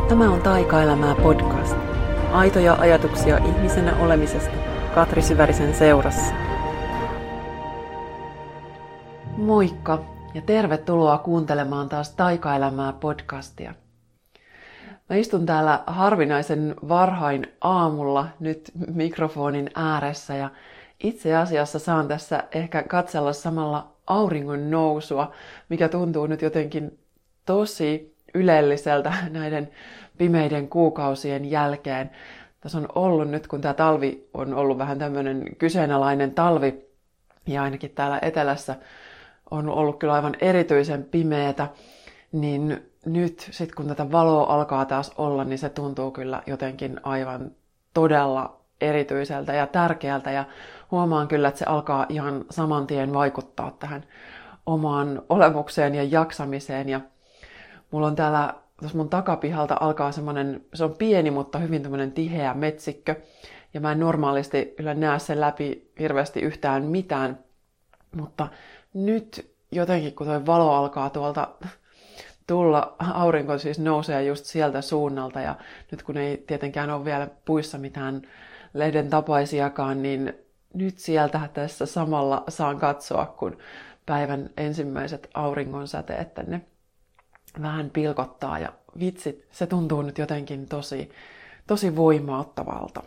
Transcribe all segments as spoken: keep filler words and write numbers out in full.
Tämä on Taikaelämää podcast. Aitoja ajatuksia ihmisenä olemisesta Katri Syvärisen seurassa. Moikka ja tervetuloa kuuntelemaan taas Taikaelämää podcastia. Mä istun täällä harvinaisen varhain aamulla nyt mikrofonin ääressä ja itse asiassa saan tässä ehkä katsella samalla auringon nousua, mikä tuntuu nyt jotenkin tosi ylelliseltä näiden pimeiden kuukausien jälkeen. Tässä on ollut nyt, kun tämä talvi on ollut vähän tämmöinen kyseenalainen talvi, ja ainakin täällä etelässä on ollut kyllä aivan erityisen pimeätä, niin nyt sitten kun tätä valoa alkaa taas olla, niin se tuntuu kyllä jotenkin aivan todella erityiseltä ja tärkeältä, ja huomaan kyllä, että se alkaa ihan saman tien vaikuttaa tähän omaan olemukseen ja jaksamiseen, ja mulla on täällä, tuossa mun takapihalta alkaa semmoinen, se on pieni, mutta hyvin tämmöinen tiheä metsikkö. Ja mä en normaalisti kyllä näe sen läpi hirveästi yhtään mitään. Mutta nyt jotenkin, kun tuo valo alkaa tuolta tulla, aurinko siis nousee just sieltä suunnalta. Ja nyt kun ei tietenkään ole vielä puissa mitään lehden tapaisiakaan, niin nyt sieltä tässä samalla saan katsoa, kun päivän ensimmäiset auringonsäteet tänne vähän pilkottaa, ja vitsit, se tuntuu nyt jotenkin tosi, tosi voimauttavalta.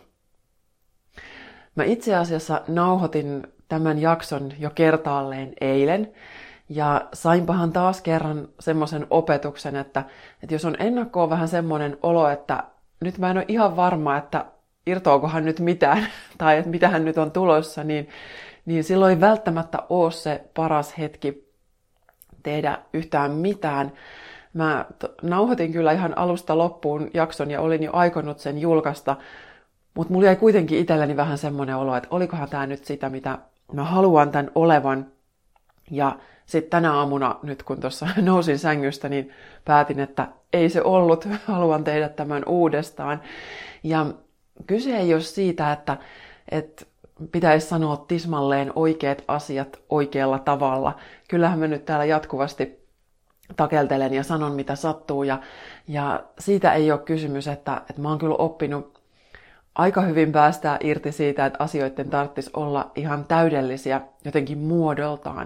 Mä itse asiassa nauhoitin tämän jakson jo kertaalleen eilen, ja sainpahan taas kerran semmoisen opetuksen, että, että jos on ennakkoon vähän semmoinen olo, että nyt mä en ole ihan varma, että irtoakohan nyt mitään, tai että mitähän nyt on tulossa, niin, niin silloin ei välttämättä ole se paras hetki tehdä yhtään mitään. Mä nauhoitin kyllä ihan alusta loppuun jakson ja olin jo aikonut sen julkaista, mutta mulla jäi kuitenkin itselleni vähän semmoinen olo, että olikohan tämä nyt sitä, mitä mä haluan tämän olevan. Ja sitten tänä aamuna, nyt kun tuossa nousin sängystä, niin päätin, että ei se ollut, haluan tehdä tämän uudestaan. Ja kyse ei ole siitä, että, että pitäisi sanoa tismalleen oikeat asiat oikealla tavalla. Kyllähän mä nyt täällä jatkuvasti takeltelen ja sanon, mitä sattuu. Ja, ja siitä ei ole kysymys, että, että mä oon kyllä oppinut aika hyvin päästää irti siitä, että asioiden tarvitsisi olla ihan täydellisiä jotenkin muodoltaan.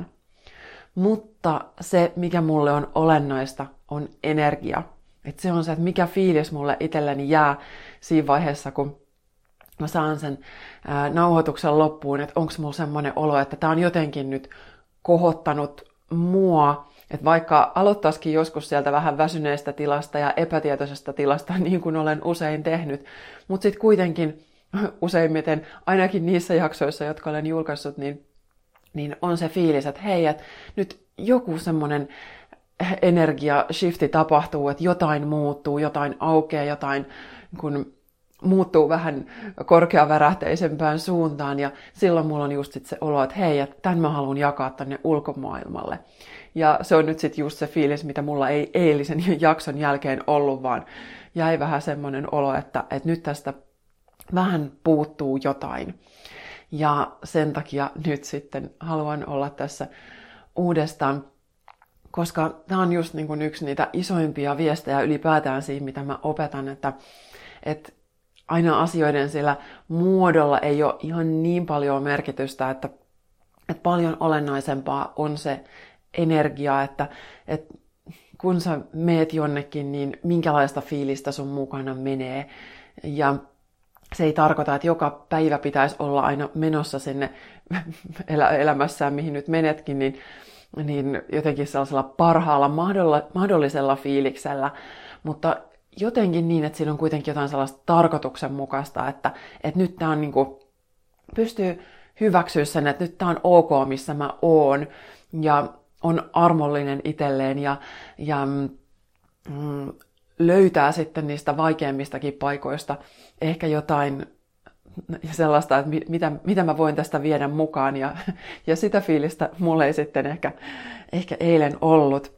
Mutta se, mikä mulle on olennaista, on energia. Että se on se, että mikä fiilis mulle itselleni jää siinä vaiheessa, kun mä saan sen ää, nauhoituksen loppuun, että onko mulla semmoinen olo, että tää on jotenkin nyt kohottanut mua. Että vaikka aloittaisikin joskus sieltä vähän väsyneestä tilasta ja epätietoisesta tilasta, niin kuin olen usein tehnyt, mutta sitten kuitenkin useimmiten, ainakin niissä jaksoissa, jotka olen julkaissut, niin, niin on se fiilis, että hei, että nyt joku semmoinen energia-shifti tapahtuu, että jotain muuttuu, jotain aukeaa, jotain kun muuttuu vähän korkeavärähteisempään suuntaan, ja silloin mulla on just sit se olo, että hei, että tämän mä haluan jakaa tänne ulkomaailmalle. Ja se on nyt sitten just se fiilis, mitä mulla ei eilisen jakson jälkeen ollut, vaan jäi vähän semmoinen olo, että, että nyt tästä vähän puuttuu jotain. Ja sen takia nyt sitten haluan olla tässä uudestaan, koska tämä on just niin kuin yksi niitä isoimpia viestejä ylipäätään siinä, mitä mä opetan, että, että aina asioiden sillä muodolla ei ole ihan niin paljon merkitystä, että, että paljon olennaisempaa on se energia, että, että kun sä meet jonnekin, niin minkälaista fiilistä sun mukana menee. Ja se ei tarkoita, että joka päivä pitäisi olla aina menossa sinne elä- elämässään, mihin nyt menetkin, niin, niin jotenkin sellaisella parhaalla mahdollisella fiiliksellä, mutta jotenkin niin, että siinä on kuitenkin jotain sellaista tarkoituksenmukaista, että, että nyt tää on niin kuin, pystyy hyväksyä sen, että nyt tää on ok, missä mä oon, ja on armollinen itselleen, ja, ja mm, löytää sitten niistä vaikeimmistakin paikoista ehkä jotain sellaista, että mitä, mitä mä voin tästä viedä mukaan, ja, ja sitä fiilistä mulla ei sitten ehkä, ehkä eilen ollut.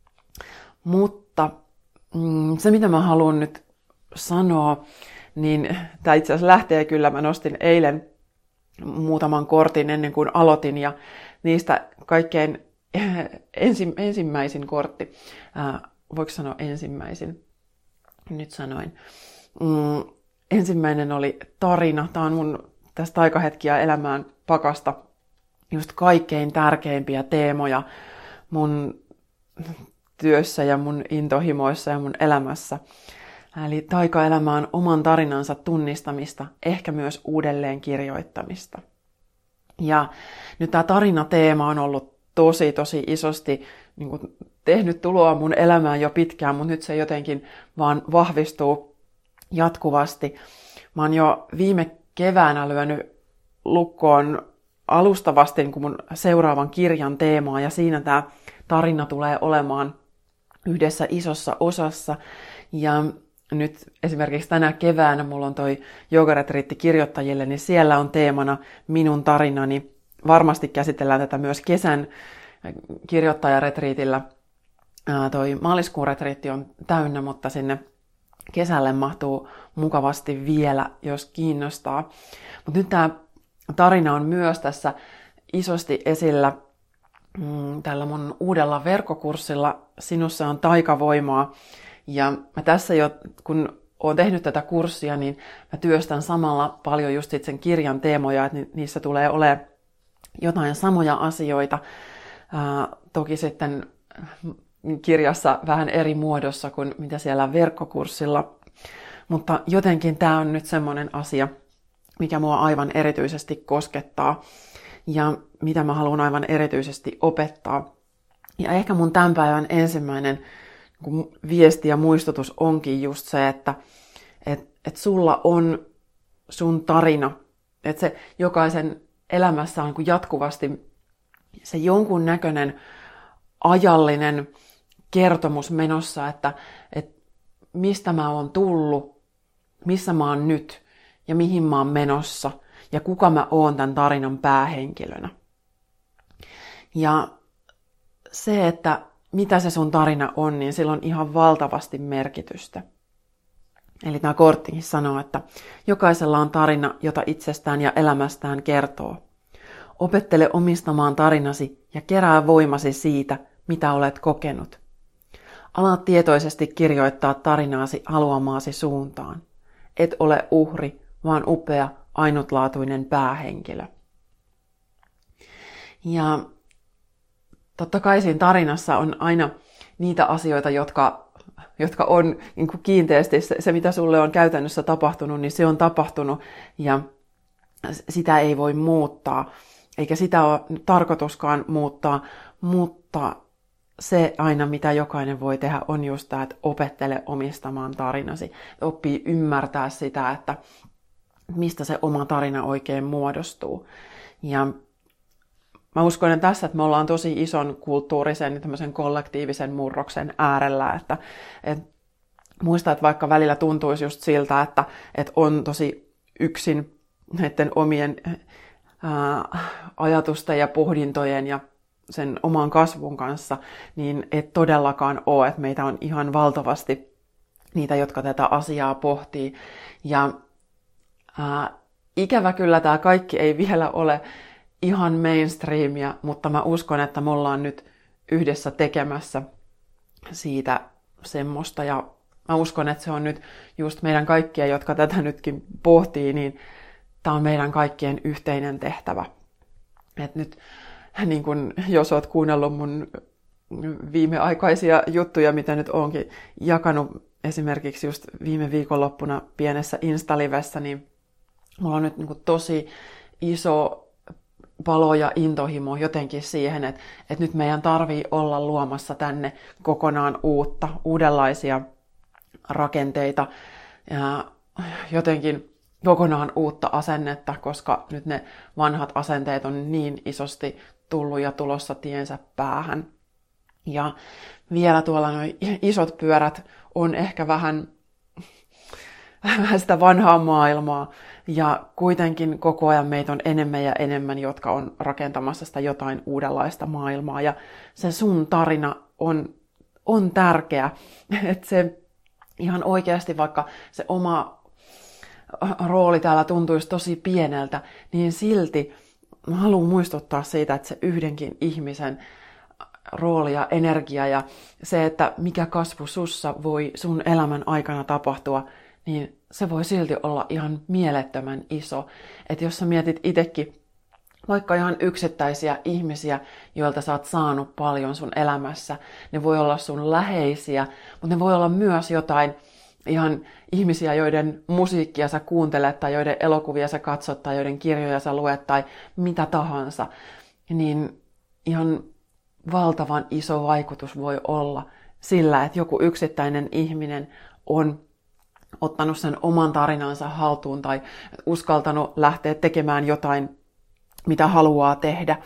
Mutta mm, se, mitä mä haluan nyt sanoa, niin tämä itse asiassa lähtee kyllä, mä nostin eilen muutaman kortin ennen kuin aloitin, ja niistä kaikkein ensi, ensimmäisin kortti, ää, voiko sanoa ensimmäisin, nyt sanoin. Mm, ensimmäinen oli tarina. Tämä on mun tästä taikahetkiä elämään pakasta just kaikkein tärkeimpiä teemoja mun työssä ja mun intohimoissa ja mun elämässä. Eli taikaelämä on oman tarinansa tunnistamista, ehkä myös uudelleen kirjoittamista. Ja nyt tämä tarinateema on ollut tosi, tosi isosti niin kuin tehnyt tuloa mun elämään jo pitkään, mutta nyt se jotenkin vaan vahvistuu jatkuvasti. Mä oon jo viime keväänä lyönyt lukkoon alustavasti niin kuin mun seuraavan kirjan teemaa, ja siinä tämä tarina tulee olemaan yhdessä isossa osassa. Ja nyt esimerkiksi tänä keväänä mulla on toi joogaretriitti kirjoittajille, niin siellä on teemana minun tarinani. Varmasti käsitellään tätä myös kesän kirjoittajaretriitillä. Ää, toi maaliskuun retriitti on täynnä, mutta sinne kesälle mahtuu mukavasti vielä, jos kiinnostaa. Mutta nyt tämä tarina on myös tässä isosti esillä mm, tällä mun uudella verkkokurssilla Sinussa on taikavoimaa. Ja mä tässä jo, kun olen tehnyt tätä kurssia, niin mä työstän samalla paljon just sen kirjan teemoja, että niissä tulee olemaan jotain samoja asioita. Ää, toki sitten kirjassa vähän eri muodossa kuin mitä siellä verkkokurssilla. Mutta jotenkin tämä on nyt semmoinen asia, mikä mua aivan erityisesti koskettaa ja mitä mä haluan aivan erityisesti opettaa. Ja ehkä mun tämän päivän ensimmäinen viesti ja muistutus onkin just se, että et, et sulla on sun tarina. Että se jokaisen elämässä on jatkuvasti se jonkun näköinen ajallinen kertomus menossa, että et mistä mä oon tullut, missä mä oon nyt ja mihin mä oon menossa ja kuka mä oon tämän tarinan päähenkilönä. Ja se, että mitä se sun tarina on, niin sillä on ihan valtavasti merkitystä. Eli tämä korttikin sanoo, että jokaisella on tarina, jota itsestään ja elämästään kertoo. Opettele omistamaan tarinasi ja kerää voimasi siitä, mitä olet kokenut. Ala tietoisesti kirjoittaa tarinaasi haluamaasi suuntaan. Et ole uhri, vaan upea, ainutlaatuinen päähenkilö. Ja totta kai siinä tarinassa on aina niitä asioita, jotka, jotka on niin kuin kiinteästi, se, se mitä sulle on käytännössä tapahtunut, niin se on tapahtunut ja sitä ei voi muuttaa, eikä sitä ole tarkoituskaan muuttaa, mutta se aina, mitä jokainen voi tehdä, on just tämä, että opettele omistamaan tarinasi. Oppii ymmärtää sitä, että mistä se oma tarina oikein muodostuu. Ja mä uskon, että tässä että me ollaan tosi ison kulttuurisen ja tämmöisen kollektiivisen murroksen äärellä. Että, et, muista, että vaikka välillä tuntuisi just siltä, että, että on tosi yksin näiden omien ää, ajatusten ja pohdintojen ja sen oman kasvun kanssa, niin et todellakaan ole, että meitä on ihan valtavasti niitä, jotka tätä asiaa pohtii. Ja ää, ikävä kyllä tämä kaikki ei vielä ole ihan mainstreamia, mutta mä uskon, että me ollaan nyt yhdessä tekemässä siitä semmoista. Ja mä uskon, että se on nyt just meidän kaikkia, jotka tätä nytkin pohtii, niin tämä on meidän kaikkien yhteinen tehtävä. Et nyt, niin kun, jos oot kuunnellut mun viimeaikaisia juttuja, mitä nyt oonkin jakanut esimerkiksi just viime viikonloppuna pienessä Insta-livessä, niin mulla on nyt niin kun tosi iso palo ja intohimo jotenkin siihen, että, että nyt meidän tarvii olla luomassa tänne kokonaan uutta, uudenlaisia rakenteita ja jotenkin kokonaan uutta asennetta, koska nyt ne vanhat asenteet on niin isosti tullut ja tulossa tiensä päähän. Ja vielä tuolla nuo isot pyörät on ehkä vähän, vähän sitä vanhaa maailmaa, ja kuitenkin koko ajan meitä on enemmän ja enemmän, jotka on rakentamassa sitä jotain uudenlaista maailmaa. Ja se sun tarina on, on tärkeä, että se ihan oikeasti, vaikka se oma rooli täällä tuntuisi tosi pieneltä, niin silti mä haluan muistuttaa siitä, että se yhdenkin ihmisen rooli ja energia ja se, että mikä kasvu sussa voi sun elämän aikana tapahtua, niin se voi silti olla ihan mielettömän iso. Että jos sä mietit itsekin vaikka ihan yksittäisiä ihmisiä, joilta sä oot saanut paljon sun elämässä, ne voi olla sun läheisiä, mutta ne voi olla myös jotain ihan ihmisiä, joiden musiikkia sä kuuntelet tai joiden elokuvia sä katsot tai joiden kirjoja sä luet tai mitä tahansa, niin ihan valtavan iso vaikutus voi olla sillä, että joku yksittäinen ihminen on ottanut sen oman tarinansa haltuun tai uskaltanut lähteä tekemään jotain, mitä haluaa tehdä.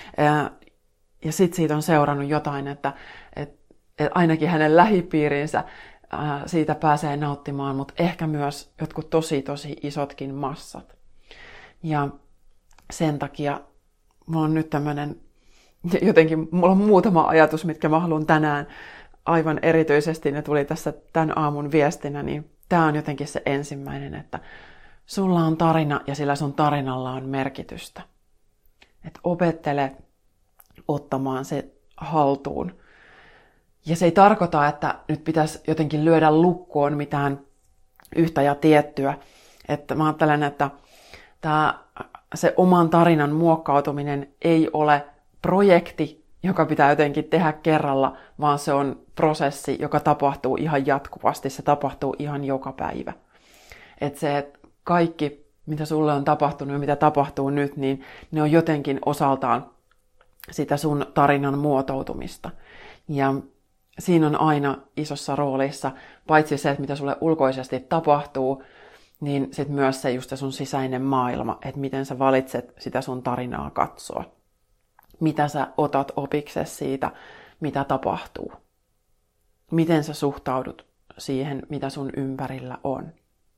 Ja sitten siitä on seurannut jotain, että, että, että ainakin hänen lähipiirinsä siitä pääsee nauttimaan, mutta ehkä myös jotkut tosi tosi isotkin massat. Ja sen takia mulla on nyt tämmöinen, jotenkin mulla on muutama ajatus, mitkä mä haluan tänään aivan erityisesti, ne tuli tässä tämän aamun viestinä, niin tää on jotenkin se ensimmäinen, että sulla on tarina ja sillä sun tarinalla on merkitystä. Että opettele ottamaan se haltuun. Ja se ei tarkoita, että nyt pitäisi jotenkin lyödä lukkoon mitään yhtä ja tiettyä. Että mä ajattelen, että tää, se oman tarinan muokkautuminen ei ole projekti, joka pitää jotenkin tehdä kerralla, vaan se on prosessi, joka tapahtuu ihan jatkuvasti. Se tapahtuu ihan joka päivä. Että se, että kaikki, mitä sulle on tapahtunut ja mitä tapahtuu nyt, niin ne on jotenkin osaltaan sitä sun tarinan muotoutumista. Ja siinä on aina isossa roolissa, paitsi se, että mitä sulle ulkoisesti tapahtuu, niin sitten myös se just se sun sisäinen maailma, että miten sä valitset sitä sun tarinaa katsoa. Mitä sä otat opiksesi siitä, mitä tapahtuu. Miten sä suhtaudut siihen, mitä sun ympärillä on.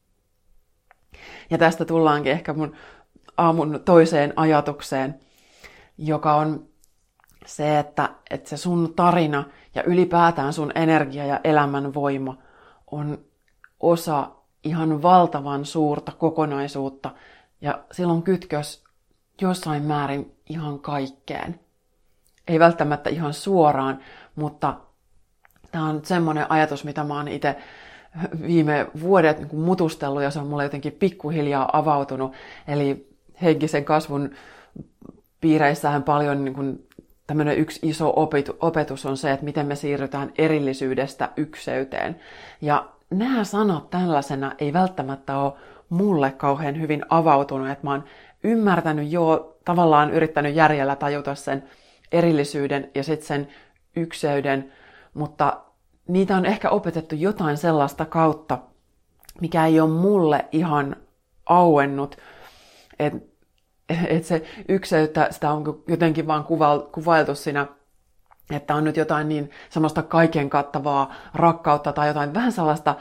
Ja tästä tullaankin ehkä mun aamun toiseen ajatukseen, joka on se, että, että se sun tarina ja ylipäätään sun energia ja elämän voima on osa ihan valtavan suurta kokonaisuutta ja silloin kytkös jossain määrin ihan kaikkeen. Ei välttämättä ihan suoraan, mutta tämä on semmoinen ajatus, mitä mä oon itse viime vuodet niin kuin mutustellut ja se on mulle jotenkin pikkuhiljaa avautunut. Eli henkisen kasvun piireissähän paljon niin kuin tämmöinen yksi iso opetus on se, että miten me siirrytään erillisyydestä ykseyteen. Ja nämä sanat tällaisena ei välttämättä ole mulle kauhean hyvin avautunut, että mä oon ymmärtänyt jo, tavallaan yrittänyt järjellä tajuta sen erillisyyden ja sitten sen ykseyden, mutta niitä on ehkä opetettu jotain sellaista kautta, mikä ei ole mulle ihan auennut, että et se ykseyttä, sitä on jotenkin vaan kuvailtu siinä, että on nyt jotain niin semmoista kaiken kattavaa rakkautta tai jotain vähän sellaista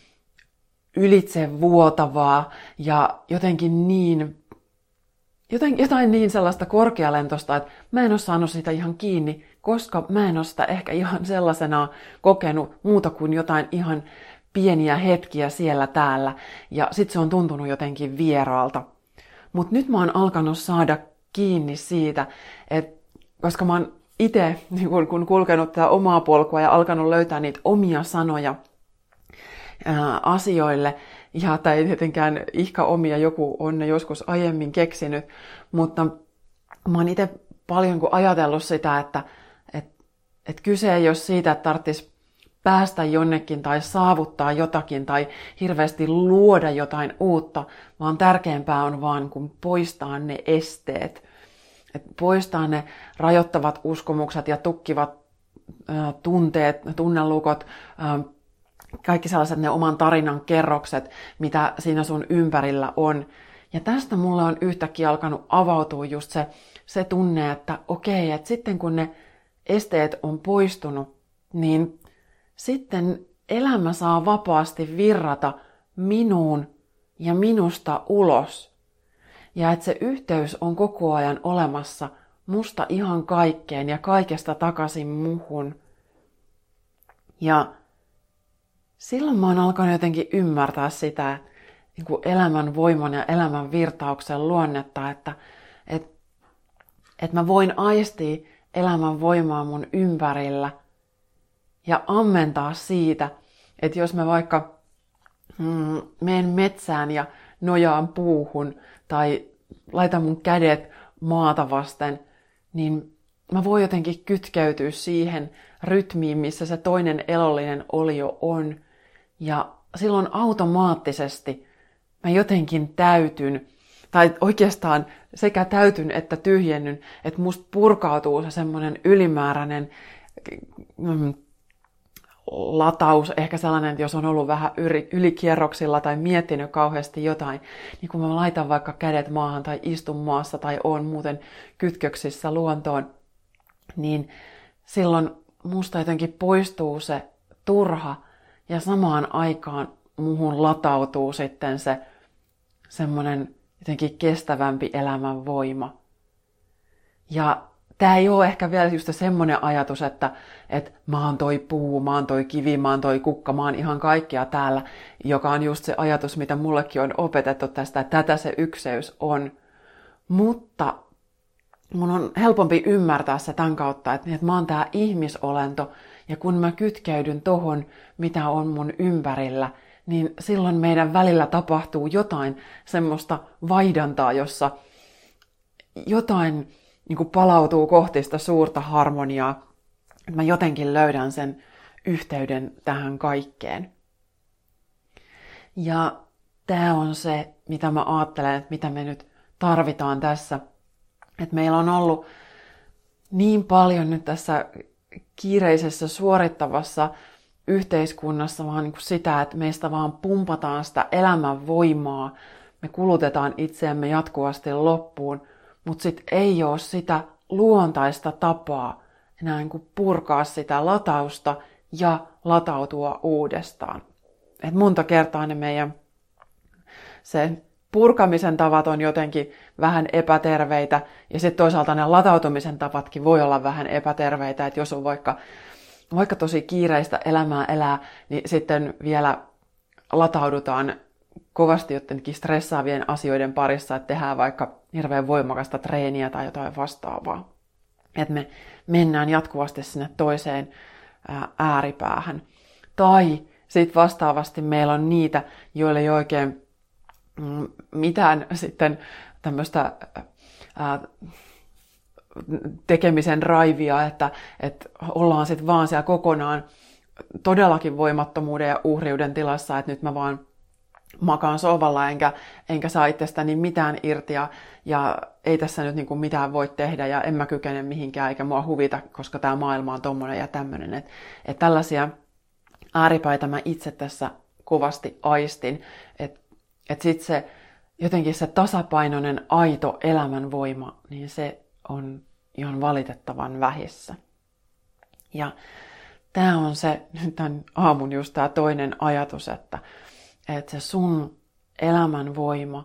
ylitsevuotavaa ja jotenkin niin, jotain, jotain niin sellaista korkealentoista, että mä en ole saanut sitä ihan kiinni, koska mä en ole sitä ehkä ihan sellaisena kokenut muuta kuin jotain ihan pieniä hetkiä siellä täällä. Ja sit se on tuntunut jotenkin vieraalta. Mutta nyt mä oon alkanut saada kiinni siitä, että koska mä oon itse niin kun kulkenut tätä omaa polkua ja alkanut löytää niitä omia sanoja ää, asioille, ja tai ei tietenkään ihka omia, joku on ne joskus aiemmin keksinyt, mutta mä oon itse paljon kun ajatellut sitä, että et, et kyse ei ole siitä, että tarvitsisi päästä jonnekin tai saavuttaa jotakin tai hirveästi luoda jotain uutta, vaan tärkeämpää on vaan kun poistaa ne esteet. Et poistaa ne rajoittavat uskomukset ja tukkivat ä, tunteet, tunnelukot, ä, kaikki sellaiset ne oman tarinan kerrokset, mitä siinä sun ympärillä on. Ja tästä mulle on yhtäkkiä alkanut avautua just se, se tunne, että okei, että sitten kun ne esteet on poistunut, niin sitten elämä saa vapaasti virrata minuun ja minusta ulos. Ja että se yhteys on koko ajan olemassa musta ihan kaikkeen ja kaikesta takaisin muhun. Ja silloin mä oon alkanut jotenkin ymmärtää sitä niin kuin elämän voiman ja elämän virtauksen luonnetta, että et, et mä voin aistia, elämän voimaa mun ympärillä ja ammentaa siitä, että jos mä vaikka mm, menen metsään ja nojaan puuhun tai laitan mun kädet maata vasten, niin mä voin jotenkin kytkeytyä siihen rytmiin, missä se toinen elollinen olio on. Ja silloin automaattisesti mä jotenkin täytyn, tai oikeastaan sekä täytyn että tyhjennyn, että musta purkautuu se semmoinen ylimääräinen mm, lataus, ehkä sellainen, että jos on ollut vähän ylikierroksilla tai miettinyt kauheasti jotain, niin kun mä laitan vaikka kädet maahan tai istun maassa tai oon muuten kytköksissä luontoon, niin silloin musta jotenkin poistuu se turha ja samaan aikaan muhun latautuu sitten se semmoinen jotenkin kestävämpi elämän voima. Ja tää ei ole ehkä vielä just semmoinen ajatus, että, että mä oon toi puu, mä oon toi kivi, mä oon toi kukka, mä oon ihan kaikkia täällä, joka on just se ajatus, mitä mullekin on opetettu tästä, että tätä se ykseys on. Mutta mun on helpompi ymmärtää se tämän kautta, että, että mä oon tää ihmisolento, ja kun mä kytkeydyn tohon, mitä on mun ympärillä, niin silloin meidän välillä tapahtuu jotain semmoista vaihdantaa, jossa jotain niin kuin palautuu kohti sitä suurta harmoniaa, että mä jotenkin löydän sen yhteyden tähän kaikkeen. Ja tämä on se, mitä mä ajattelen, että mitä me nyt tarvitaan tässä. Että meillä on ollut niin paljon nyt tässä kiireisessä suorittavassa yhteiskunnassa vaan niin kuin sitä, että meistä vaan pumpataan sitä elämän voimaa. Me kulutetaan itseämme jatkuvasti loppuun, mutta sitten ei ole sitä luontaista tapaa enää niin kuin purkaa sitä latausta ja latautua uudestaan. Et monta kertaa ne meidän se purkamisen tavat on jotenkin vähän epäterveitä ja sitten toisaalta ne latautumisen tavatkin voi olla vähän epäterveitä, että jos on vaikka, vaikka tosi kiireistä elämää elää, niin sitten vielä lataudutaan kovasti jotenkin stressaavien asioiden parissa, että tehdään vaikka hirveän voimakasta treeniä tai jotain vastaavaa. Että me mennään jatkuvasti sinne toiseen ääripäähän. Tai sitten vastaavasti meillä on niitä, joille ei oikein mitään sitten tämmöistä tekemisen raivia, että, että ollaan sitten vaan siellä kokonaan todellakin voimattomuuden ja uhriuden tilassa, että nyt mä vaan makaan sohvalla enkä, enkä saa itsestäni mitään irti ja, ja ei tässä nyt niinku mitään voi tehdä ja en mä kykene mihinkään eikä mua huvita, koska tämä maailma on tommonen ja tämmönen. Että et tällaisia ääripäitä mä itse tässä kovasti aistin, että et sitten se jotenkin se tasapainoinen aito elämänvoima, niin se on ihan valitettavan vähissä. Ja tämä on se nyt tämän aamun just tämä toinen ajatus, että että se sun elämän voima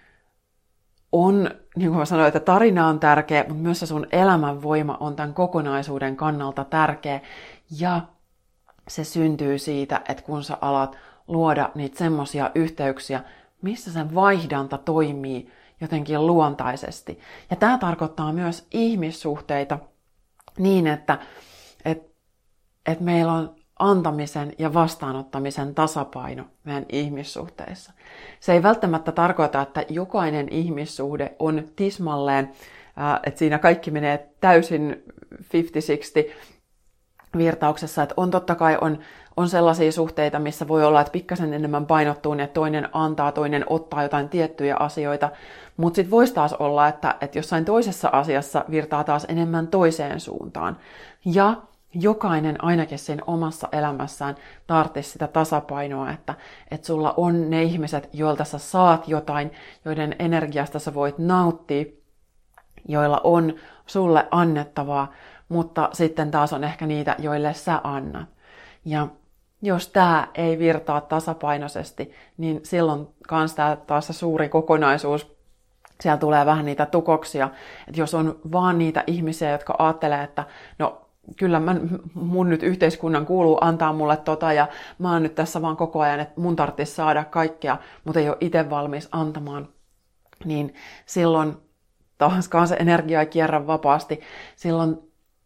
on, niin kuin mä sanoin, että tarina on tärkeä, mutta myös se sun elämän voima on tämän kokonaisuuden kannalta tärkeä. Ja se syntyy siitä, että kun sä alat luoda niitä semmoisia yhteyksiä, missä se vaihdanta toimii jotenkin luontaisesti. Ja tämä tarkoittaa myös ihmissuhteita niin, että, että, että meillä on antamisen ja vastaanottamisen tasapaino meidän ihmissuhteissa. Se ei välttämättä tarkoita, että jokainen ihmissuhde on tismalleen, että siinä kaikki menee täysin viisikymmentä kuusikymmentä virtauksessa, että on totta kai on, on sellaisia suhteita, missä voi olla, että pikkasen enemmän painottuu, että toinen antaa, toinen ottaa jotain tiettyjä asioita, mutta sitten voisi taas olla, että, että jossain toisessa asiassa virtaa taas enemmän toiseen suuntaan. Ja jokainen ainakin siinä omassa elämässään tarvitsisi sitä tasapainoa, että, että sulla on ne ihmiset, joilta sä saat jotain, joiden energiasta sä voit nauttia, joilla on sulle annettavaa, mutta sitten taas on ehkä niitä, joille sä annat. Ja jos tämä ei virtaa tasapainoisesti, niin silloin kans tää taas se suuri kokonaisuus, siellä tulee vähän niitä tukoksia, että jos on vaan niitä ihmisiä, jotka ajattelee, että no kyllä mä, mun nyt yhteiskunnan kuuluu antaa mulle tota ja mä oon nyt tässä vaan koko ajan, että mun tarvitsisi saada kaikkea, mutta ei ole itse valmis antamaan, niin silloin taaskaan se energia ei kierrä vapaasti. Silloin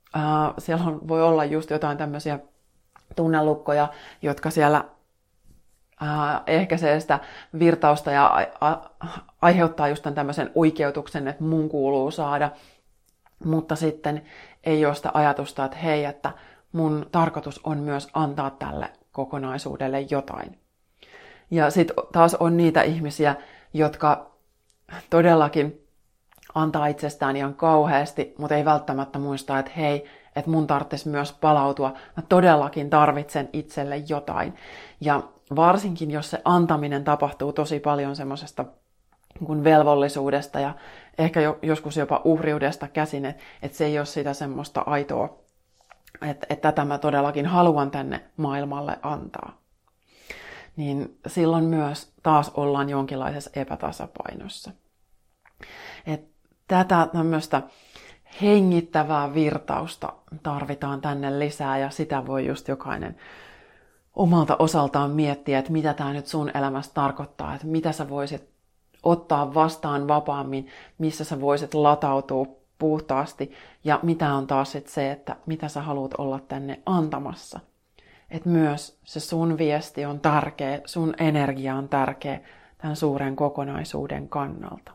Ää, siellä on, voi olla just jotain tämmöisiä tunnelukkoja, jotka siellä ää, ehkäisee sitä virtausta ja a, a, aiheuttaa just tämän tämmöisen oikeutuksen, että mun kuuluu saada. Mutta sitten ei ole sitä ajatusta, että hei, että mun tarkoitus on myös antaa tälle kokonaisuudelle jotain. Ja sitten taas on niitä ihmisiä, jotka todellakin antaa itsestään ihan kauheasti, mutta ei välttämättä muista, että hei, että mun tarvitsisi myös palautua. Mä todellakin tarvitsen itselle jotain. Ja varsinkin, jos se antaminen tapahtuu tosi paljon semmoisesta kuin velvollisuudesta ja ehkä jo, joskus jopa uhriudesta käsin, että, että se ei ole sitä semmoista aitoa, että, että tätä mä todellakin haluan tänne maailmalle antaa. Niin silloin myös taas ollaan jonkinlaisessa epätasapainossa. Et tätä tämmöistä hengittävää virtausta tarvitaan tänne lisää ja sitä voi just jokainen omalta osaltaan miettiä, että mitä tämä nyt sun elämässä tarkoittaa, että mitä sä voisit ottaa vastaan vapaammin, missä sä voisit latautua puhtaasti ja mitä on taas sit se, että mitä sä haluat olla tänne antamassa. Että myös se sun viesti on tärkeä, sun energia on tärkeä tämän suuren kokonaisuuden kannalta.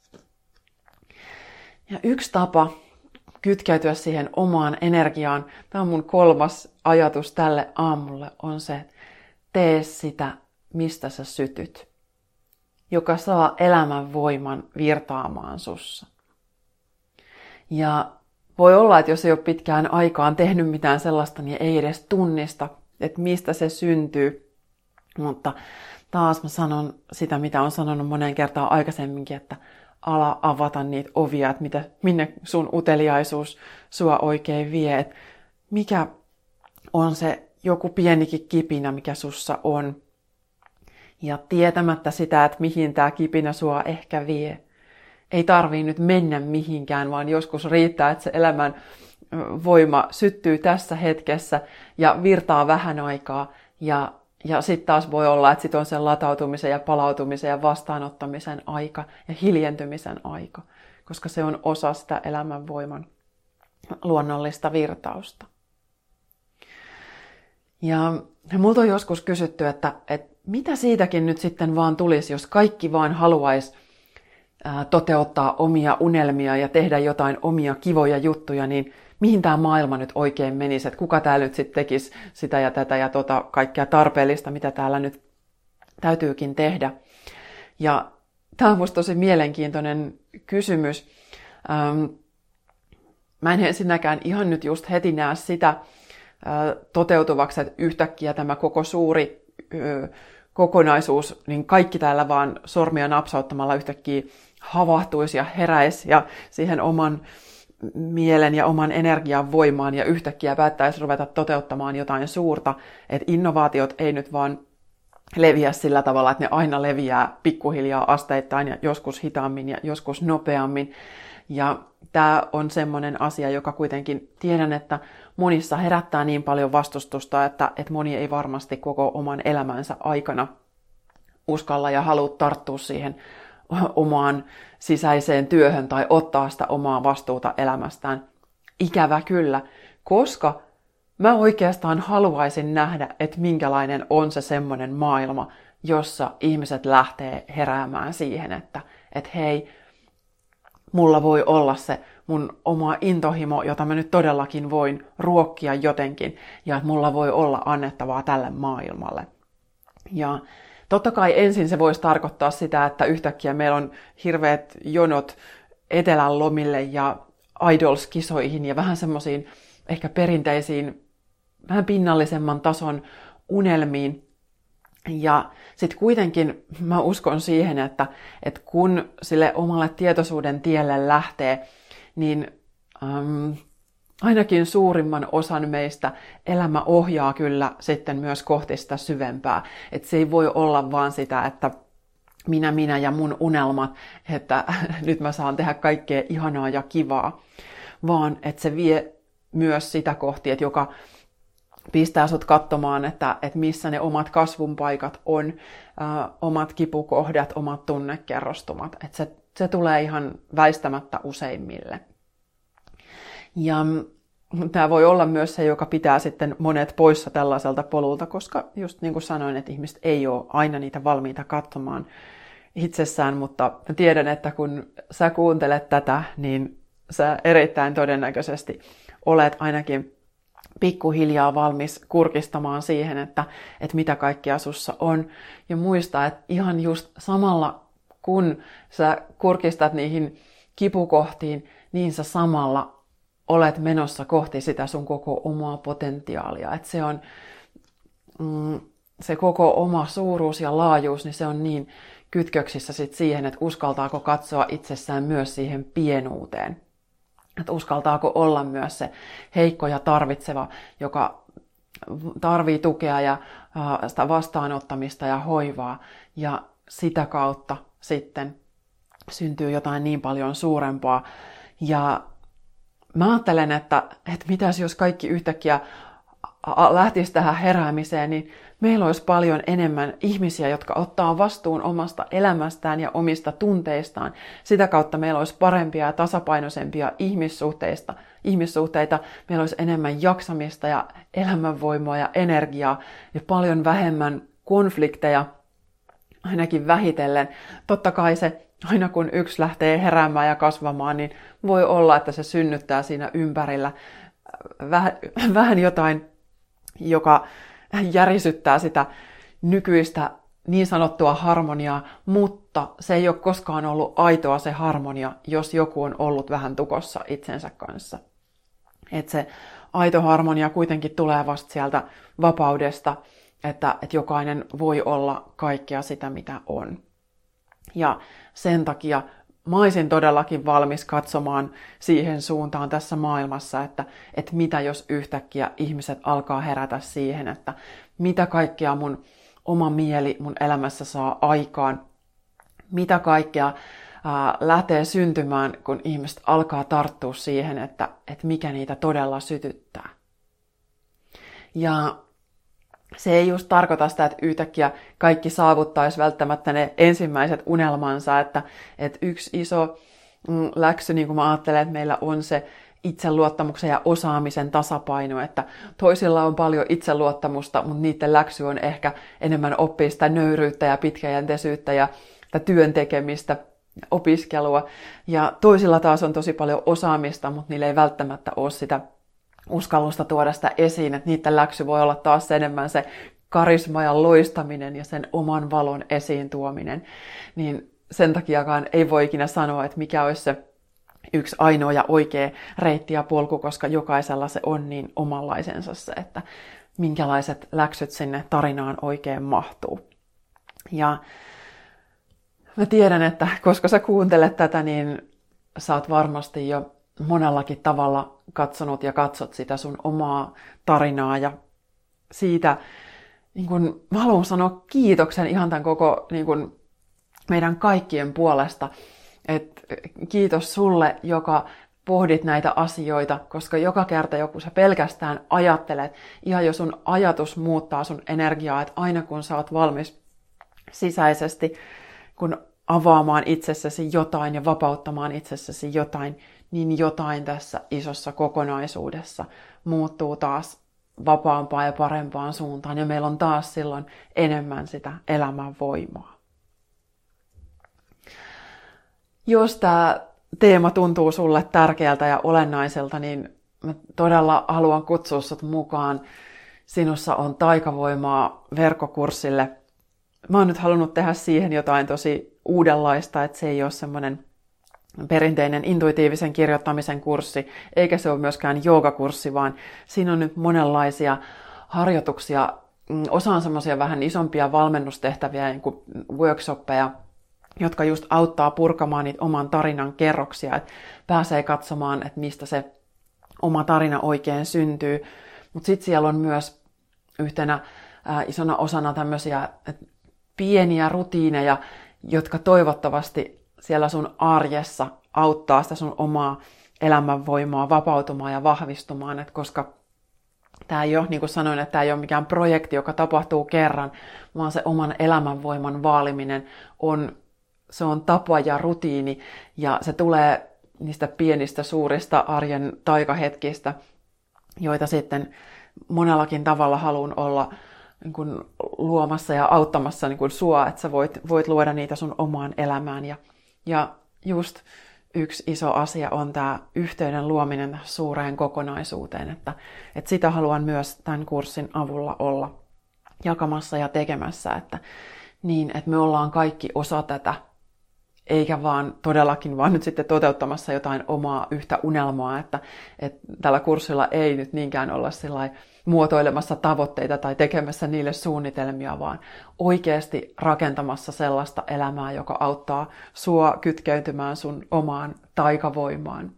Ja yksi tapa kytkeytyä siihen omaan energiaan, tämä on mun kolmas ajatus tälle aamulle, on se, että tee sitä, mistä sä sytyt, joka saa elämän voiman virtaamaan sussa. Ja voi olla, että jos ei ole pitkään aikaan tehnyt mitään sellaista, niin ei edes tunnista, että mistä se syntyy. Mutta taas mä sanon sitä, mitä on sanonut moneen kertaan aikaisemminkin, että ala avata niitä ovia, että mitä, minne sun uteliaisuus sua oikein vie. Että mikä on se joku pienikin kipinä, mikä sussa on. Ja tietämättä sitä, että mihin tämä kipinä sua ehkä vie. Ei tarvii nyt mennä mihinkään, vaan joskus riittää, että se elämän voima syttyy tässä hetkessä ja virtaa vähän aikaa. Ja, ja sitten taas voi olla, että sit on sen latautumisen ja palautumisen ja vastaanottamisen aika ja hiljentymisen aika, koska se on osa sitä elämän voiman luonnollista virtausta. Ja multa on joskus kysytty, että, että mitä siitäkin nyt sitten vaan tulisi, jos kaikki vaan haluaisi toteuttaa omia unelmia ja tehdä jotain omia kivoja juttuja, niin mihin tämä maailma nyt oikein menisi, että kuka täällä nyt sitten tekisi sitä ja tätä ja tota kaikkea tarpeellista, mitä täällä nyt täytyykin tehdä. Ja tämä on musta tosi mielenkiintoinen kysymys. Ähm, mä en ensinnäkään ihan nyt just heti näe sitä äh, toteutuvaksi, että yhtäkkiä tämä koko suuri äh, kokonaisuus, niin kaikki täällä vaan sormia napsauttamalla yhtäkkiä havahtuisi ja heräisi ja siihen oman mielen ja oman energian voimaan ja yhtäkkiä päättäisi ruveta toteuttamaan jotain suurta, että innovaatiot ei nyt vaan leviä sillä tavalla, että ne aina leviää pikkuhiljaa asteittain ja joskus hitaammin ja joskus nopeammin. Ja tämä on semmoinen asia, joka kuitenkin tiedän, että monissa herättää niin paljon vastustusta, että, että moni ei varmasti koko oman elämänsä aikana uskalla ja halua tarttua siihen omaan sisäiseen työhön tai ottaa sitä omaa vastuuta elämästään. Ikävä kyllä, koska mä oikeastaan haluaisin nähdä, että minkälainen on se semmoinen maailma, jossa ihmiset lähtee heräämään siihen, että, että hei, mulla voi olla se mun oma intohimo, jota mä nyt todellakin voin ruokkia jotenkin, ja että mulla voi olla annettavaa tälle maailmalle. Ja totta kai ensin se voisi tarkoittaa sitä, että yhtäkkiä meillä on hirveät jonot etelän lomille ja idols-kisoihin ja vähän semmoisiin ehkä perinteisiin, vähän pinnallisemman tason unelmiin. Ja sitten kuitenkin mä uskon siihen, että, että kun sille omalle tietoisuuden tielle lähtee, niin ähm, ainakin suurimman osan meistä elämä ohjaa kyllä sitten myös kohti sitä syvempää. Että se ei voi olla vaan sitä, että minä, minä ja mun unelmat, että nyt mä saan tehdä kaikkea ihanaa ja kivaa, vaan että se vie myös sitä kohti, että joka pistää sut katsomaan, että, että missä ne omat kasvun paikat on, äh, omat kipukohdat, omat tunnekerrostumat. Että se, se tulee ihan väistämättä useimmille. Ja tämä voi olla myös se, joka pitää sitten monet poissa tällaiselta polulta, koska just niin kuin sanoin, että ihmiset ei ole aina niitä valmiita katsomaan itsessään, mutta tiedän, että kun sä kuuntelet tätä, niin sä erittäin todennäköisesti olet ainakin pikkuhiljaa valmis kurkistamaan siihen, että, että mitä kaikkea sussa on. Ja muista, että ihan just samalla kun sä kurkistat niihin kipukohtiin, niin sä samalla olet menossa kohti sitä sun koko omaa potentiaalia. Että se on mm, se koko oma suuruus ja laajuus, niin se on niin kytköksissä sit siihen, että uskaltaako katsoa itsessään myös siihen pienuuteen. Että uskaltaako olla myös se heikko ja tarvitseva, joka tarvii tukea ja sitä vastaanottamista ja hoivaa. Ja sitä kautta sitten syntyy jotain niin paljon suurempaa. Ja mä ajattelen, että, että mitäs jos kaikki yhtäkkiä lähtisi tähän heräämiseen, niin meillä olisi paljon enemmän ihmisiä, jotka ottaa vastuun omasta elämästään ja omista tunteistaan. Sitä kautta meillä olisi parempia ja tasapainoisempia ihmissuhteista, ihmissuhteita. Meillä olisi enemmän jaksamista ja elämänvoimaa ja energiaa ja paljon vähemmän konflikteja, ainakin vähitellen. Totta kai se, aina kun yksi lähtee heräämään ja kasvamaan, niin voi olla, että se synnyttää siinä ympärillä vähän, vähän jotain, joka järisyttää sitä nykyistä niin sanottua harmoniaa, mutta se ei ole koskaan ollut aitoa se harmonia, jos joku on ollut vähän tukossa itsensä kanssa. Että se aito harmonia kuitenkin tulee vasta sieltä vapaudesta, että, että jokainen voi olla kaikkea sitä, mitä on. Ja sen takia mä olisin todellakin valmis katsomaan siihen suuntaan tässä maailmassa, että, että mitä jos yhtäkkiä ihmiset alkaa herätä siihen, että mitä kaikkea mun oma mieli mun elämässä saa aikaan, mitä kaikkea ää, lähtee syntymään, kun ihmiset alkaa tarttua siihen, että, että mikä niitä todella sytyttää. Ja se ei just tarkoita sitä, että yhtäkkiä kaikki saavuttaisi välttämättä ne ensimmäiset unelmansa, että, että yksi iso mm, läksy, niin kuin mä ajattelen, että meillä on se itseluottamuksen ja osaamisen tasapaino, että toisilla on paljon itseluottamusta, mutta niiden läksy on ehkä enemmän oppia sitä nöyryyttä ja pitkäjänteisyyttä ja sitä työn tekemistä, opiskelua, ja toisilla taas on tosi paljon osaamista, mutta niillä ei välttämättä ole sitä uskallusta tuoda sitä esiin, että niiden läksy voi olla taas enemmän se karisma ja loistaminen ja sen oman valon esiin tuominen. Niin sen takiakaan ei voi ikinä sanoa, että mikä olisi se yksi ainoa ja oikea reitti ja polku, koska jokaisella se on niin omanlaisensa se, että minkälaiset läksyt sinne tarinaan oikein mahtuu. Ja mä tiedän, että koska sä kuuntelet tätä, niin sä oot varmasti jo monellakin tavalla katsonut ja katsot sitä sun omaa tarinaa ja siitä niin kun, mä haluan sanoa kiitoksen ihan tämän koko niin kun, meidän kaikkien puolesta. Et, kiitos sulle, joka pohdit näitä asioita, koska joka kerta joku sä pelkästään ajattelet, ihan jo sun ajatus muuttaa sun energiaa, että aina kun sä oot valmis sisäisesti, kun avaamaan itsessäsi jotain ja vapauttamaan itsessäsi jotain, niin jotain tässä isossa kokonaisuudessa muuttuu taas vapaampaan ja parempaan suuntaan. Ja meillä on taas silloin enemmän sitä elämän voimaa. Jos tämä teema tuntuu sulle tärkeältä ja olennaiselta, niin mä todella haluan kutsua sut mukaan Sinussa on taikavoimaa -verkkokurssille. Mä oon nyt halunnut tehdä siihen jotain tosi uudenlaista, että se ei ole semmoinen perinteinen intuitiivisen kirjoittamisen kurssi, eikä se ole myöskään joogakurssi, vaan siinä on nyt monenlaisia harjoituksia. Osa on semmoisia vähän isompia valmennustehtäviä, niin kuin workshoppeja, jotka just auttaa purkamaan niitä oman tarinan kerroksia, että pääsee katsomaan, että mistä se oma tarina oikein syntyy. Mutta sitten siellä on myös yhtenä ää, isona osana tämmöisiä pieniä rutiineja, jotka toivottavasti siellä sun arjessa auttaa sitä sun omaa elämänvoimaa vapautumaan ja vahvistumaan, että koska tämä ei ole, niin kuin sanoin, että tämä ei ole mikään projekti, joka tapahtuu kerran, vaan se oman elämänvoiman vaaliminen on, se on tapa ja rutiini, ja se tulee niistä pienistä suurista arjen taikahetkistä, joita sitten monellakin tavalla haluan olla niin kuin luomassa ja auttamassa niin kuin sua, että sä voit, voit luoda niitä sun omaan elämään. Ja, ja just yksi iso asia on tämä yhteyden luominen suureen kokonaisuuteen, että, että sitä haluan myös tämän kurssin avulla olla jakamassa ja tekemässä, että niin, että me ollaan kaikki osa tätä, eikä vaan todellakin vaan nyt sitten toteuttamassa jotain omaa yhtä unelmaa, että, että tällä kurssilla ei nyt niinkään olla sillai muotoilemassa tavoitteita tai tekemässä niille suunnitelmia, vaan oikeasti rakentamassa sellaista elämää, joka auttaa sua kytkeytymään sun omaan taikavoimaan.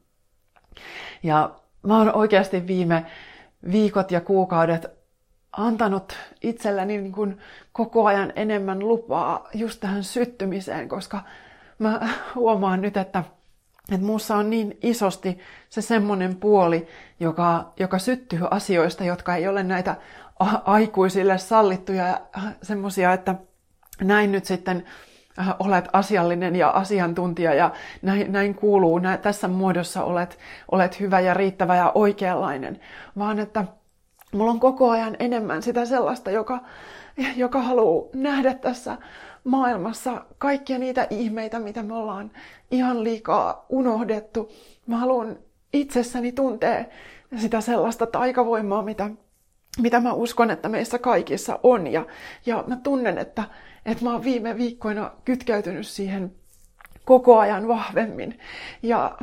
Ja mä oon oikeasti viime viikot ja kuukaudet antanut itselleni niin kuin koko ajan enemmän lupaa just tähän syttymiseen, koska mä huomaan nyt, että, että mussa on niin isosti se semmoinen puoli, joka, joka syttyy asioista, jotka ei ole näitä aikuisille sallittuja ja semmoisia, että näin nyt sitten olet asiallinen ja asiantuntija ja näin, näin kuuluu, näin, tässä muodossa olet, olet hyvä ja riittävä ja oikeanlainen, vaan että mulla on koko ajan enemmän sitä sellaista, joka, joka haluaa nähdä tässä maailmassa kaikkia niitä ihmeitä, mitä me ollaan ihan liikaa unohdettu. Mä haluan itsessäni tuntea sitä sellaista taikavoimaa, mitä, mitä mä uskon, että meissä kaikissa on. Ja, ja mä tunnen, että, että mä oon viime viikkoina kytkeytynyt siihen koko ajan vahvemmin. Ja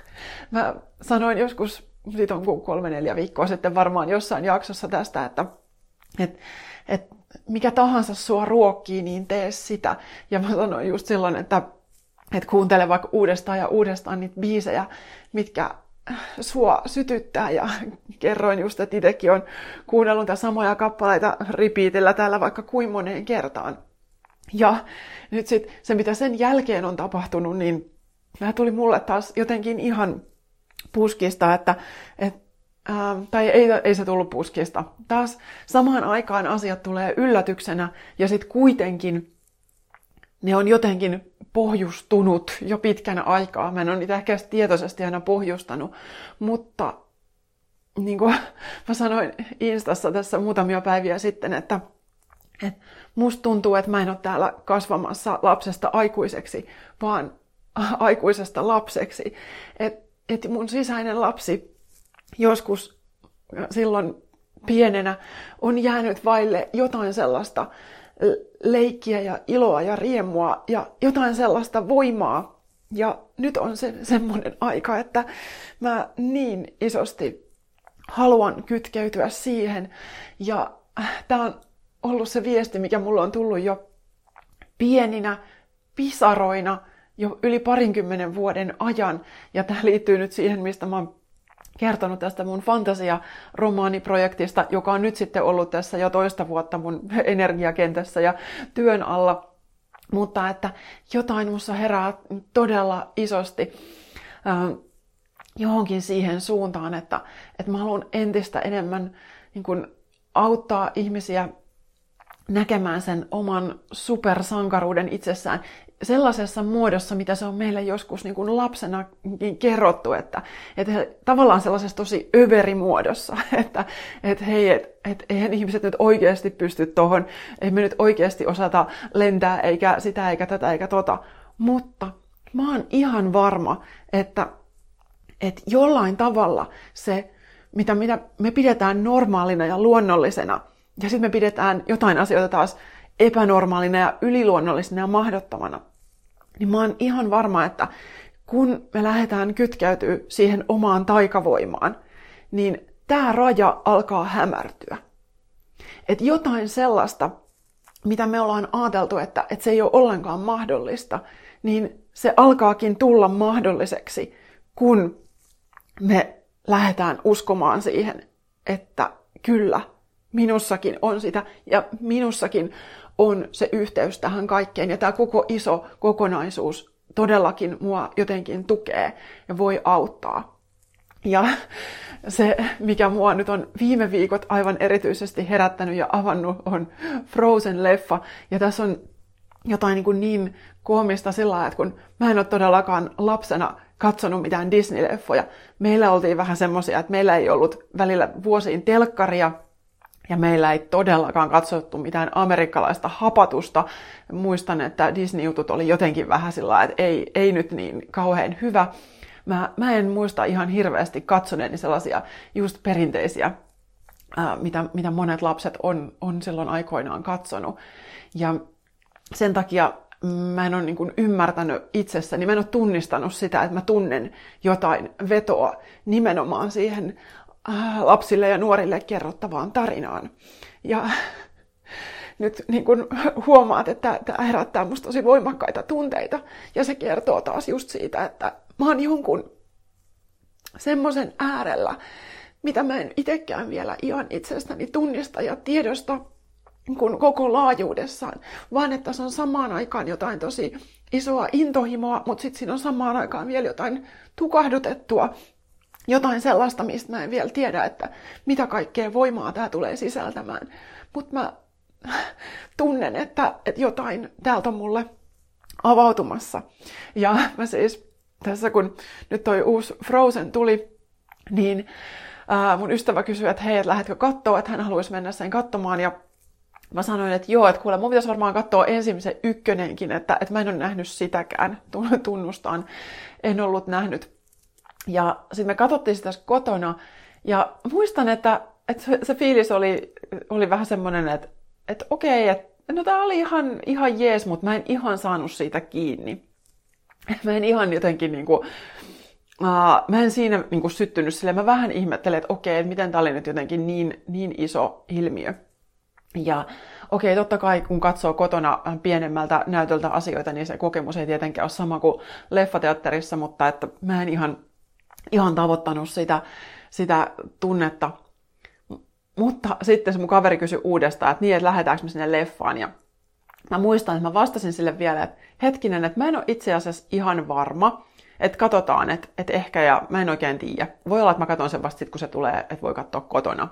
mä sanoin joskus, siitä on kolme neljä viikkoa sitten varmaan jossain jaksossa tästä, että, että, että mikä tahansa sua ruokkii, niin tee sitä. Ja mä sanoin just silloin, että, että kuuntele vaikka uudestaan ja uudestaan niitä biisejä, mitkä sua sytyttää. Ja kerroin just, että itsekin on kuunnellut niitä samoja kappaleita repeatillä täällä vaikka kuin moneen kertaan. Ja nyt sitten se, mitä sen jälkeen on tapahtunut, niin tämä tuli mulle taas jotenkin ihan puskista, että, että ää, tai ei, ei se tullut puskista. Taas samaan aikaan asiat tulee yllätyksenä ja sitten kuitenkin ne on jotenkin pohjustunut jo pitkän aikaa. Mä en ole niitä ehkä tietoisesti aina pohjustanut, mutta niin kuin mä sanoin Instassa tässä muutamia päiviä sitten, että, että musta tuntuu, että mä en ole täällä kasvamassa lapsesta aikuiseksi, vaan aikuisesta lapseksi. Että että mun sisäinen lapsi joskus silloin pienenä on jäänyt vaille jotain sellaista leikkiä ja iloa ja riemua ja jotain sellaista voimaa. Ja nyt on se semmoinen aika, että mä niin isosti haluan kytkeytyä siihen. Ja tää on ollut se viesti, mikä mulla on tullut jo pieninä pisaroina jo yli parinkymmenen vuoden ajan. Ja tämä liittyy nyt siihen, mistä mä oon kertonut tästä mun fantasia-romaaniprojektista, joka on nyt sitten ollut tässä jo toista vuotta mun energiakentässä ja työn alla. Mutta että jotain musta herää todella isosti äh, johonkin siihen suuntaan, että, että mä haluan entistä enemmän niin kun auttaa ihmisiä näkemään sen oman supersankaruuden itsessään sellaisessa muodossa, mitä se on meille joskus niin kuin lapsena kerrottu, että, että tavallaan sellaisessa tosi överimuodossa, että, että hei, et, et, eihän ihmiset nyt oikeasti pysty tohon, ei me nyt oikeasti osata lentää, eikä sitä, eikä tätä, eikä tota, mutta mä oon ihan varma, että, että jollain tavalla se, mitä me pidetään normaalina ja luonnollisena, ja sitten me pidetään jotain asioita taas epänormaalina ja yliluonnollisena ja mahdottomana, niin mä oon ihan varma, että kun me lähdetään kytkeytyä siihen omaan taikavoimaan, niin tämä raja alkaa hämärtyä. Että jotain sellaista, mitä me ollaan ajateltu, että, että se ei ole ollenkaan mahdollista, niin se alkaakin tulla mahdolliseksi, kun me lähdetään uskomaan siihen, että kyllä, minussakin on sitä ja minussakin on se yhteys tähän kaikkeen. Ja tämä koko iso kokonaisuus todellakin mua jotenkin tukee ja voi auttaa. Ja se, mikä mua nyt on viime viikot aivan erityisesti herättänyt ja avannut, on Frozen-leffa. Ja tässä on jotain niin, kuin niin koomista sillä lailla, että kun mä en ole todellakaan lapsena katsonut mitään Disney-leffoja. Meillä oltiin vähän semmoisia, että meillä ei ollut välillä vuosiin telkkaria, ja meillä ei todellakaan katsottu mitään amerikkalaista hapatusta. Muistan, että Disney-jutut oli jotenkin vähän sillä että ei, ei nyt niin kauhean hyvä. Mä, mä en muista ihan hirveästi katsoneeni sellaisia just perinteisiä, ää, mitä, mitä monet lapset on, on silloin aikoinaan katsonut. Ja sen takia mä en ole niin kuin ymmärtänyt itsessäni, mä en ole tunnistanut sitä, että mä tunnen jotain vetoa nimenomaan siihen lapsille ja nuorille kerrottavaan tarinaan. Ja nyt niin kun huomaat, että tämä herättää musta tosi voimakkaita tunteita. Ja se kertoo taas just siitä, että mä oon jonkun semmoisen äärellä, mitä mä en itsekään vielä ihan itsestäni tunnista ja tiedosta kun koko laajuudessaan, vaan että se on samaan aikaan jotain tosi isoa intohimoa, mutta sitten siinä on samaan aikaan vielä jotain tukahdutettua, jotain sellaista, mistä mä en vielä tiedä, että mitä kaikkea voimaa tämä tulee sisältämään. Mutta mä tunnen, että, että jotain täältä on mulle avautumassa. Ja mä siis tässä, kun nyt toi uusi Frozen tuli, niin ää, mun ystävä kysyi, että hei, et lähdetkö katsoa, että hän haluaisi mennä sen katsomaan. Ja mä sanoin, että joo, että kuule, mun pitäisi varmaan katsoa ensimmäisen ykkönenkin, että, että mä en ole nähnyt sitäkään, tunnustaan, en ollut nähnyt. Ja sitten me katsottiin sitä kotona, ja muistan, että, että se fiilis oli, oli vähän semmoinen, että, että okei, että no tää oli ihan, ihan jees, mutta mä en ihan saanut siitä kiinni. Mä en ihan jotenkin niinku, uh, mä en siinä niinku syttynyt silleen, mä vähän ihmettelen, että okei, että miten tää oli nyt jotenkin niin, niin iso ilmiö. Ja okei, totta kai kun katsoo kotona pienemmältä näytöltä asioita, niin se kokemus ei tietenkään ole sama kuin leffateatterissa, mutta että mä en ihan, ihan tavoittanut sitä, sitä tunnetta. Mutta sitten se mun kaveri kysyi uudestaan, että niin, että lähdetäänkö me sinne leffaan. Ja mä muistan, että mä vastasin sille vielä, että hetkinen, että mä en ole itse asiassa ihan varma, että katsotaan, että, että ehkä, ja mä en oikein tiedä. Voi olla, että mä katson sen vasta sitten, kun se tulee, että voi katsoa kotona.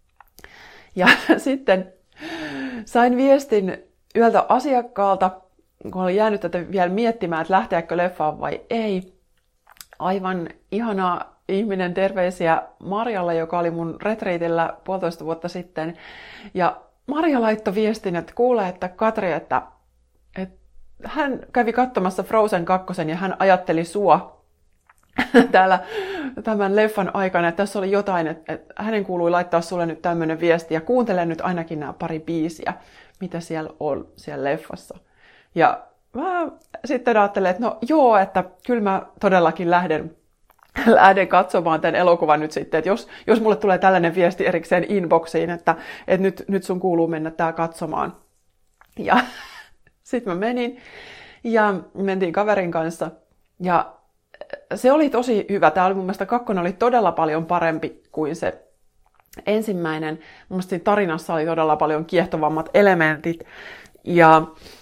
Ja sitten sain viestin yöltä asiakkaalta, kun olin jäänyt tätä vielä miettimään, että lähteekö leffaan vai ei. Aivan ihana ihminen, terveisiä Marjalle, joka oli mun retriitillä puolitoista vuotta sitten. Ja Marja laittoi viestin, että kuulee, että Katri, että, että hän kävi katsomassa Frozen kaksi ja hän ajatteli sua täällä tämän leffan aikana, että tässä oli jotain, että, että hänen kuului laittaa sulle nyt tämmöinen viesti ja kuuntele nyt ainakin nämä pari biisiä, mitä siellä on siellä leffassa. Ja mä sitten ajattelin, että no joo, että kyllä mä todellakin lähden, lähden katsomaan tämän elokuvan nyt sitten, että jos, jos mulle tulee tällainen viesti erikseen inboxiin, että, että nyt, nyt sun kuuluu mennä tää katsomaan. Ja sitten mä menin ja mentiin kaverin kanssa ja se oli tosi hyvä. Tämä oli mun mielestä kakkonen oli todella paljon parempi kuin se ensimmäinen. Mun mielestä siinä tarinassa oli todella paljon kiehtovammat elementit. Ja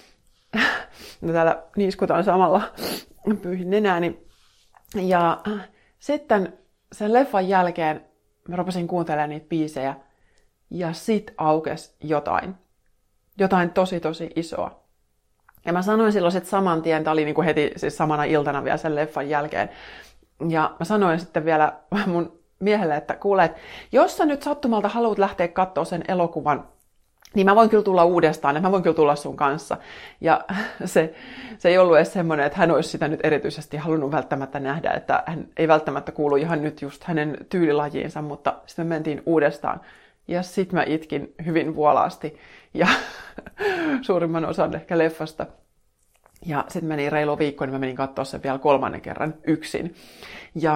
no täällä niiskutaan samalla, pyyhin nenääni. Ja sitten sen leffan jälkeen mä rupesin kuuntelemaan niitä biisejä. Ja sit aukesi jotain. Jotain tosi tosi isoa. Ja mä sanoin silloin sitten saman tien, tämä oli niinku heti siis samana iltana vielä sen leffan jälkeen. Ja mä sanoin sitten vielä mun miehelle, että kuule, että jos sä nyt sattumalta haluat lähteä katsoa sen elokuvan, niin mä voin kyllä tulla uudestaan, että mä voin kyllä tulla sun kanssa. Ja se, se ei ollut edes semmoinen, että hän olisi sitä nyt erityisesti halunnut välttämättä nähdä, että hän ei välttämättä kuulu ihan nyt just hänen tyylilajiinsa, mutta sitten me mentiin uudestaan. Ja sit mä itkin hyvin vuolaasti ja suurimman osan ehkä leffasta. Ja sitten meni reilu viikko, niin mä menin katsoa sen vielä kolmannen kerran yksin. Ja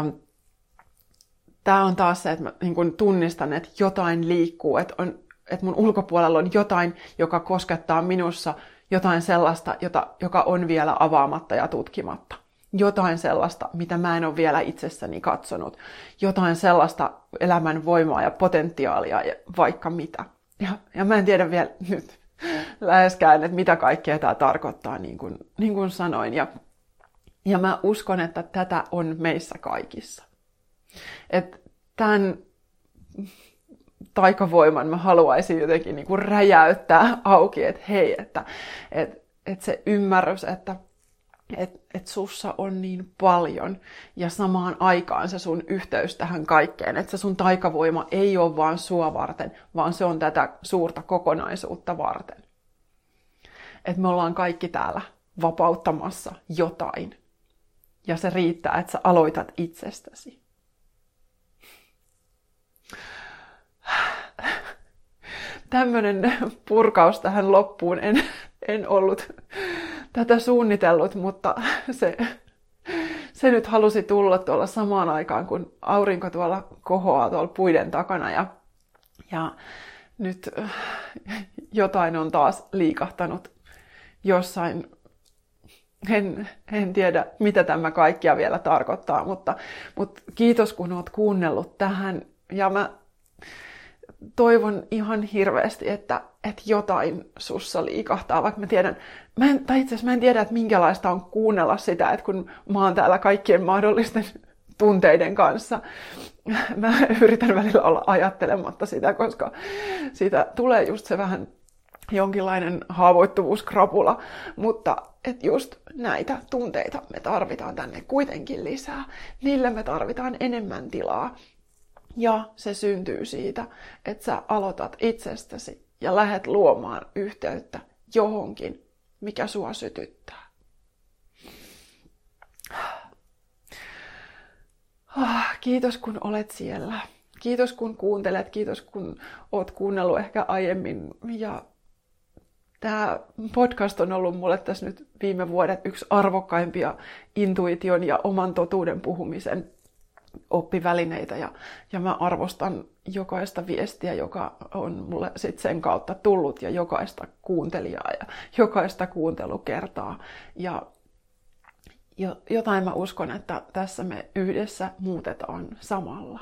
tää on taas se, että mä niin kun tunnistan, että jotain liikkuu, että, on, että mun ulkopuolella on jotain, joka koskettaa minussa, jotain sellaista, jota, joka on vielä avaamatta ja tutkimatta. Jotain sellaista, mitä mä en ole vielä itsessäni katsonut. Jotain sellaista elämän voimaa ja potentiaalia ja vaikka mitä. Ja, ja mä en tiedä vielä nyt läheskään, että mitä kaikkea tämä tarkoittaa, niin kuin, niin kuin sanoin. Ja, ja mä uskon, että tätä on meissä kaikissa. Että tämän taikavoiman mä haluaisin jotenkin niin kuin räjäyttää auki, että hei, että, että, että se ymmärrys, että että et sussa on niin paljon ja samaan aikaan se sun yhteys tähän kaikkeen, että se sun taikavoima ei ole vaan sua varten, vaan se on tätä suurta kokonaisuutta varten. Että me ollaan kaikki täällä vapauttamassa jotain. Ja se riittää, että sä aloitat itsestäsi. Tämmönen purkaus tähän loppuun. En, en ollut tätä suunnitellut, mutta se, se nyt halusi tulla tuolla samaan aikaan, kun aurinko tuolla kohoaa tuolla puiden takana. Ja, ja nyt jotain on taas liikahtanut jossain. En, en tiedä, mitä tämä kaikkia vielä tarkoittaa, mutta, mutta kiitos, kun olet kuunnellut tähän. Ja mä toivon ihan hirveästi, että, että jotain sussa liikahtaa, vaikka mä tiedän, mä en, tai itse asiassa mä en tiedä, että minkälaista on kuunnella sitä, että kun mä oon täällä kaikkien mahdollisten tunteiden kanssa. Mä yritän välillä olla ajattelematta sitä, koska siitä tulee just se vähän jonkinlainen haavoittuvuuskrapula, mutta että just näitä tunteita me tarvitaan tänne kuitenkin lisää. Niille me tarvitaan enemmän tilaa. Ja se syntyy siitä, että sä aloitat itsestäsi ja lähdet luomaan yhteyttä johonkin, mikä sua sytyttää. Kiitos kun olet siellä. Kiitos kun kuuntelet. Kiitos kun oot kuunnellut ehkä aiemmin. Ja tämä podcast on ollut mulle tässä nyt viime vuodet yksi arvokkaimpia intuition ja oman totuuden puhumisen oppivälineitä. Ja, ja mä arvostan jokaista viestiä, joka on mulle sit sen kautta tullut, ja jokaista kuuntelijaa ja jokaista kuuntelukertaa. Ja jo, jotain mä uskon, että tässä me yhdessä muutetaan samalla.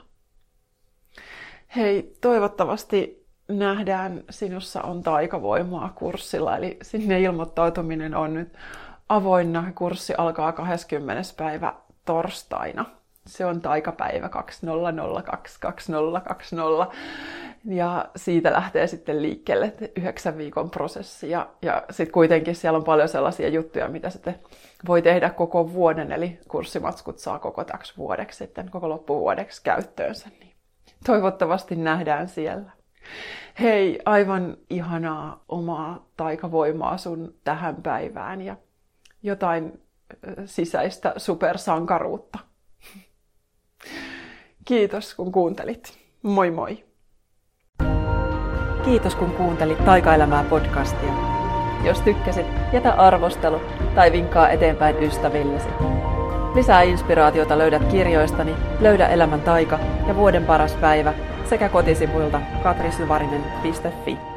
Hei, toivottavasti nähdään Sinussa on taikavoimaa -kurssilla, eli sinne ilmoittautuminen on nyt avoinna. Kurssi alkaa kahdeskymmenes päivä torstaina. Se on taikapäivä kaksituhatta kaksikymmentä. Ja siitä lähtee sitten liikkeelle yhdeksän viikon prosessi. Ja, ja sitten kuitenkin siellä on paljon sellaisia juttuja, mitä sitten voi tehdä koko vuoden. Eli kurssimatskut saa koko täksi vuodeksi sitten, koko loppuvuodeksi käyttöönsä. Niin toivottavasti nähdään siellä. Hei, aivan ihanaa omaa taikavoimaa sun tähän päivään ja jotain sisäistä supersankaruutta. Kiitos kun kuuntelit. Moi moi! Kiitos kun kuuntelit Taikaelämää podcastia. Jos tykkäsit, jätä arvostelu tai vinkkaa eteenpäin ystävillesi. Lisää inspiraatiota löydät kirjoistani Löydä elämän taika ja Vuoden paras päivä sekä kotisivuilta katrisyvarinen piste fi.